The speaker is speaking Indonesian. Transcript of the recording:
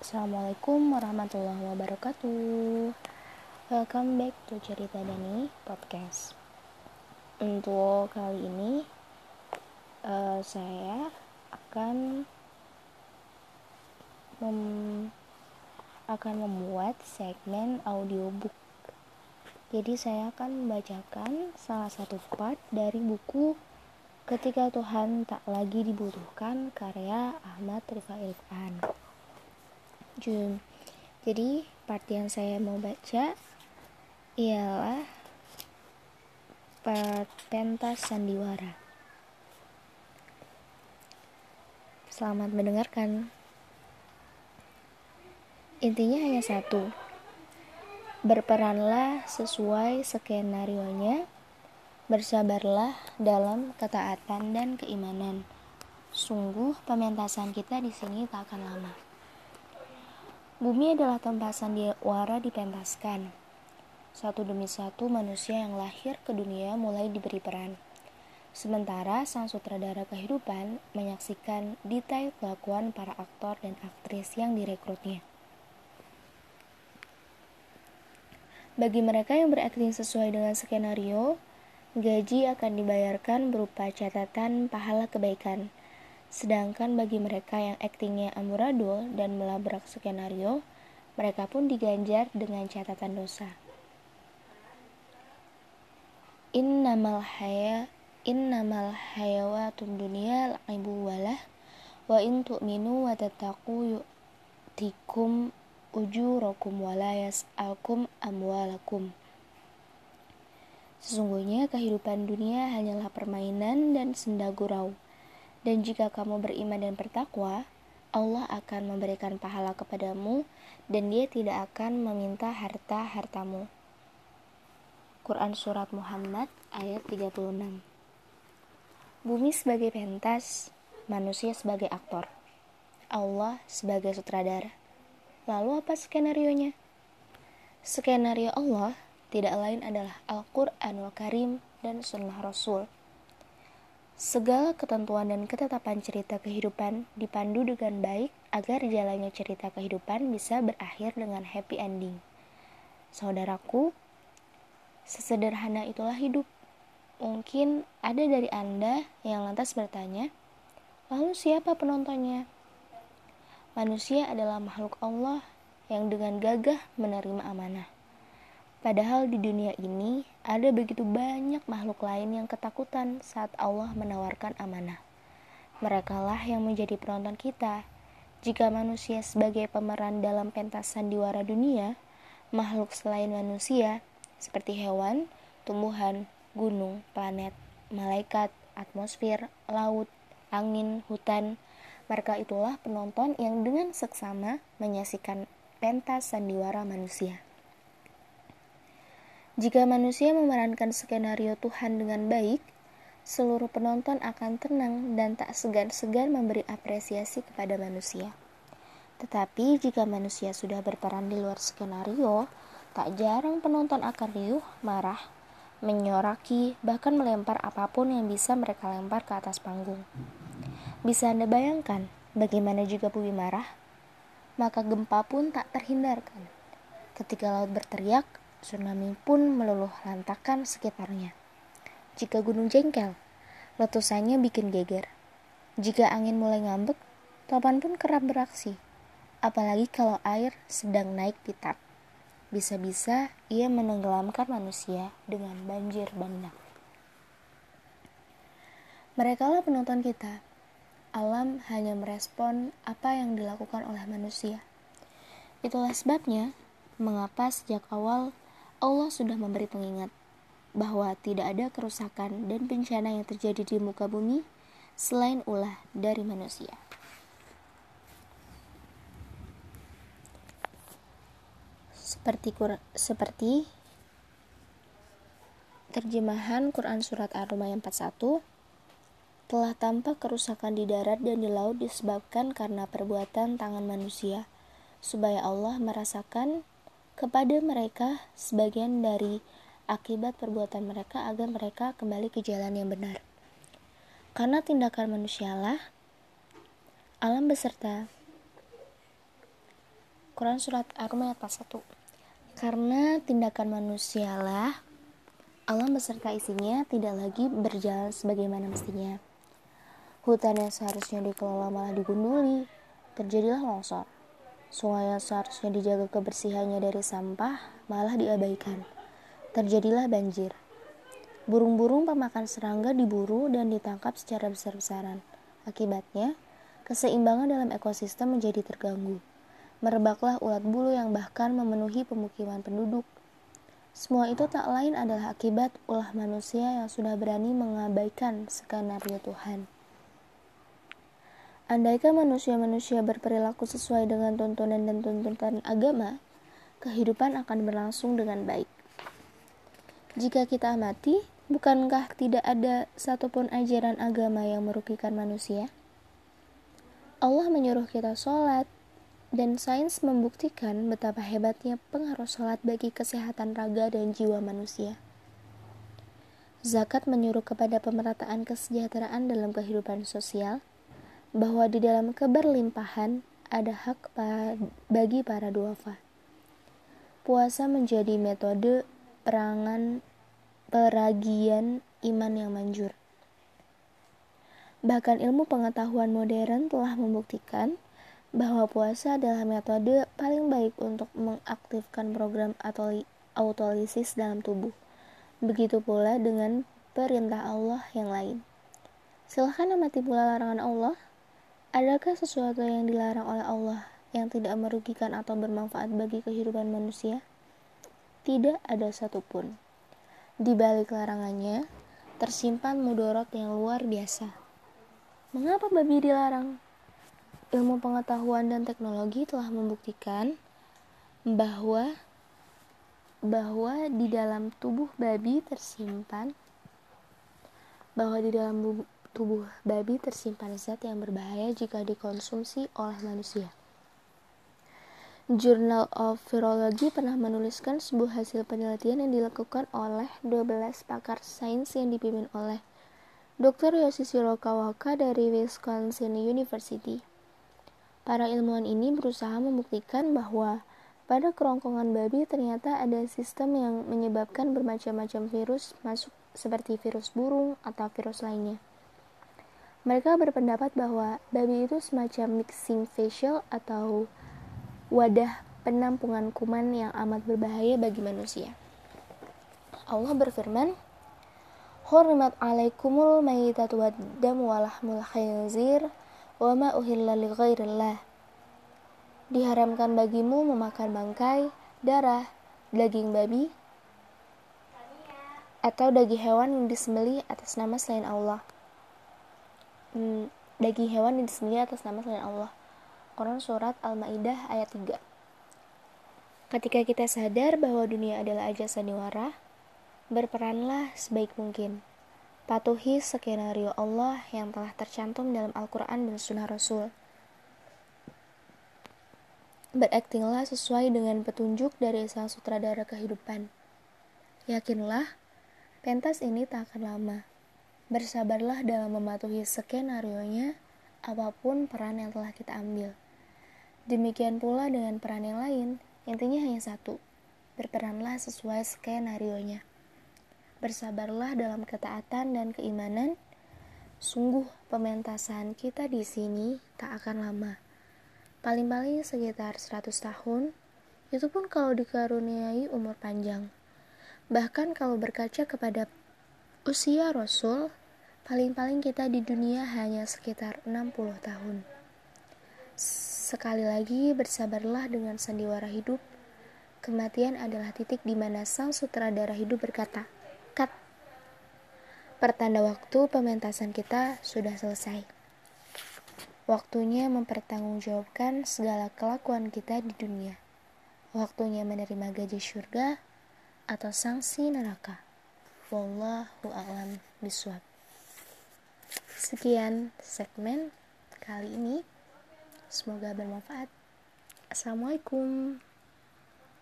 Assalamualaikum warahmatullahi wabarakatuh. Welcome back to Cerita Dani Podcast. Untuk kali ini saya akan membuat segmen audiobook. Jadi saya akan membacakan salah satu part dari buku Ketika Tuhan Tak Lagi Dibutuhkan karya Ahmad Rifai Ilfan. Jadi part yang saya mau baca ialah part pentas sandiwara. Selamat mendengarkan. Intinya hanya satu. Berperanlah sesuai skenarionya. Bersabarlah dalam ketaatan dan keimanan. Sungguh pementasan kita di sini tak akan lama. Bumi adalah tempat sandiwara dipentaskan. Satu demi satu manusia yang lahir ke dunia mulai diberi peran. Sementara sang sutradara kehidupan menyaksikan detail kelakuan para aktor dan aktris yang direkrutnya. Bagi mereka yang berakting sesuai dengan skenario, gaji akan dibayarkan berupa catatan pahala kebaikan. Sedangkan bagi mereka yang aktingnya amburadul dan melabrak skenario, mereka pun diganjar dengan catatan dosa. Innamal hayawatud dunya la'ibu walah wa in tu'minu wa tattaqu yu'tikum ujurakum wa la yas'alkum amwalakum. Sesungguhnya kehidupan dunia hanyalah permainan dan senda gurau. Dan jika kamu beriman dan bertakwa, Allah akan memberikan pahala kepadamu dan Dia tidak akan meminta harta-hartamu. Quran Surat Muhammad ayat 36. Bumi sebagai pentas, manusia sebagai aktor, Allah sebagai sutradara. Lalu apa skenarionya? Skenario Allah tidak lain adalah Al-Quranul Karim dan Sunnah Rasul. Segala ketentuan dan ketetapan cerita kehidupan dipandu dengan baik agar jalannya cerita kehidupan bisa berakhir dengan happy ending. Saudaraku, sesederhana itulah hidup. Mungkin ada dari Anda yang lantas bertanya, lalu siapa penontonnya? Manusia adalah makhluk Allah yang dengan gagah menerima amanah. Padahal di dunia ini ada begitu banyak makhluk lain yang ketakutan saat Allah menawarkan amanah. Merekalah yang menjadi penonton kita. Jika manusia sebagai pemeran dalam pentas sandiwara dunia, makhluk selain manusia seperti hewan, tumbuhan, gunung, planet, malaikat, atmosfer, laut, angin, hutan, mereka itulah penonton yang dengan seksama menyaksikan pentas sandiwara manusia. Jika manusia memerankan skenario Tuhan dengan baik, seluruh penonton akan tenang dan tak segan-segan memberi apresiasi kepada manusia. Tetapi jika manusia sudah berperan di luar skenario, tak jarang penonton akan riuh, marah, menyoraki, bahkan melempar apapun yang bisa mereka lempar ke atas panggung. Bisa Anda bayangkan bagaimana jika bumi marah? Maka gempa pun tak terhindarkan. Ketika laut berteriak, tsunami pun meluluh lantakkan sekitarnya. Jika gunung jengkel, letusannya bikin geger. Jika angin mulai ngambek, topan pun kerap beraksi. Apalagi kalau air sedang naik pitam. Bisa-bisa ia menenggelamkan manusia dengan banjir bandang. Merekalah penonton kita. Alam hanya merespon apa yang dilakukan oleh manusia. Itulah sebabnya mengapa sejak awal Allah sudah memberi pengingat bahwa tidak ada kerusakan dan bencana yang terjadi di muka bumi selain ulah dari manusia. Seperti terjemahan Quran Surat Ar-Rum ayat 41, telah tampak kerusakan di darat dan di laut disebabkan karena perbuatan tangan manusia, supaya Allah merasakan kepada mereka sebagian dari akibat perbuatan mereka agar mereka kembali ke jalan yang benar. Karena tindakan manusialah alam beserta Quran Surat Ar-Rum ayat 1. Karena tindakan manusialah alam beserta isinya tidak lagi berjalan sebagaimana mestinya. Hutan yang seharusnya dikelola malah digunduli, terjadilah longsor. Sungai yang seharusnya dijaga kebersihannya dari sampah malah diabaikan, terjadilah banjir. Burung-burung pemakan serangga diburu dan ditangkap secara besar-besaran. Akibatnya, keseimbangan dalam ekosistem menjadi terganggu. Merebaklah ulat bulu yang bahkan memenuhi pemukiman penduduk. Semua itu tak lain adalah akibat ulah manusia yang sudah berani mengabaikan skenario Tuhan. Andaikan manusia-manusia berperilaku sesuai dengan tuntunan dan tuntutan agama, kehidupan akan berlangsung dengan baik. Jika kita amati, bukankah tidak ada satupun ajaran agama yang merugikan manusia? Allah menyuruh kita sholat, dan sains membuktikan betapa hebatnya pengaruh sholat bagi kesehatan raga dan jiwa manusia. Zakat menyuruh kepada pemerataan kesejahteraan dalam kehidupan sosial, bahwa di dalam keberlimpahan ada hak bagi para duafa. Puasa menjadi metode peragian iman yang manjur. Bahkan ilmu pengetahuan modern telah membuktikan bahwa puasa adalah metode paling baik untuk mengaktifkan program autolisis dalam tubuh. Begitu pula dengan perintah Allah yang lain. Silahkan amati pula larangan Allah. Adakah sesuatu yang dilarang oleh Allah yang tidak merugikan atau bermanfaat bagi kehidupan manusia? Tidak ada satupun. Di balik larangannya, tersimpan mudorot yang luar biasa. Mengapa babi dilarang? Ilmu pengetahuan dan teknologi telah membuktikan bahwa di dalam tubuh babi tersimpan zat yang berbahaya jika dikonsumsi oleh manusia. Journal of Virology pernah menuliskan sebuah hasil penelitian yang dilakukan oleh 12 pakar sains yang dipimpin oleh Dr. Yoshishiro Kawaka dari Wisconsin University. Para ilmuwan ini berusaha membuktikan bahwa pada kerongkongan babi ternyata ada sistem yang menyebabkan bermacam-macam virus masuk seperti virus burung atau virus lainnya. Mereka berpendapat bahwa babi itu semacam mixing facial atau wadah penampungan kuman yang amat berbahaya bagi manusia. Allah berfirman, "Hurrimat 'alaikumul maitatu wad-damu wa lahmul khinzir wa ma uhilla li ghairillah." Diharamkan bagimu memakan bangkai, darah, daging babi, atau daging hewan yang disembelih atas nama selain Allah. Quran Surat Al-Ma'idah ayat 3. Ketika kita sadar bahwa dunia adalah ajang sandiwara, berperanlah sebaik mungkin. Patuhi skenario Allah yang telah tercantum dalam Al-Quran dan Sunnah Rasul. Beraktinglah sesuai dengan petunjuk dari sang sutradara kehidupan. Yakinlah, pentas ini tak akan lama. Bersabarlah dalam mematuhi skenarionya, apapun peran yang telah kita ambil. Demikian pula dengan peran yang lain, intinya hanya satu. Berperanlah sesuai skenarionya. Bersabarlah dalam ketaatan dan keimanan. Sungguh pementasan kita di sini tak akan lama. Paling-paling sekitar 100 tahun, itu pun kalau dikaruniai umur panjang. Bahkan kalau berkaca kepada usia Rasul, paling-paling kita di dunia hanya sekitar 60 tahun. Sekali lagi, bersabarlah dengan sandiwara hidup. Kematian adalah titik di mana sang sutradara hidup berkata, "Cut." Pertanda waktu pementasan kita sudah selesai. Waktunya mempertanggungjawabkan segala kelakuan kita di dunia. Waktunya menerima gaji surga atau sanksi neraka. Wallahu a'lam bishawab. Sekian segmen kali ini. Semoga bermanfaat. Assalamualaikum.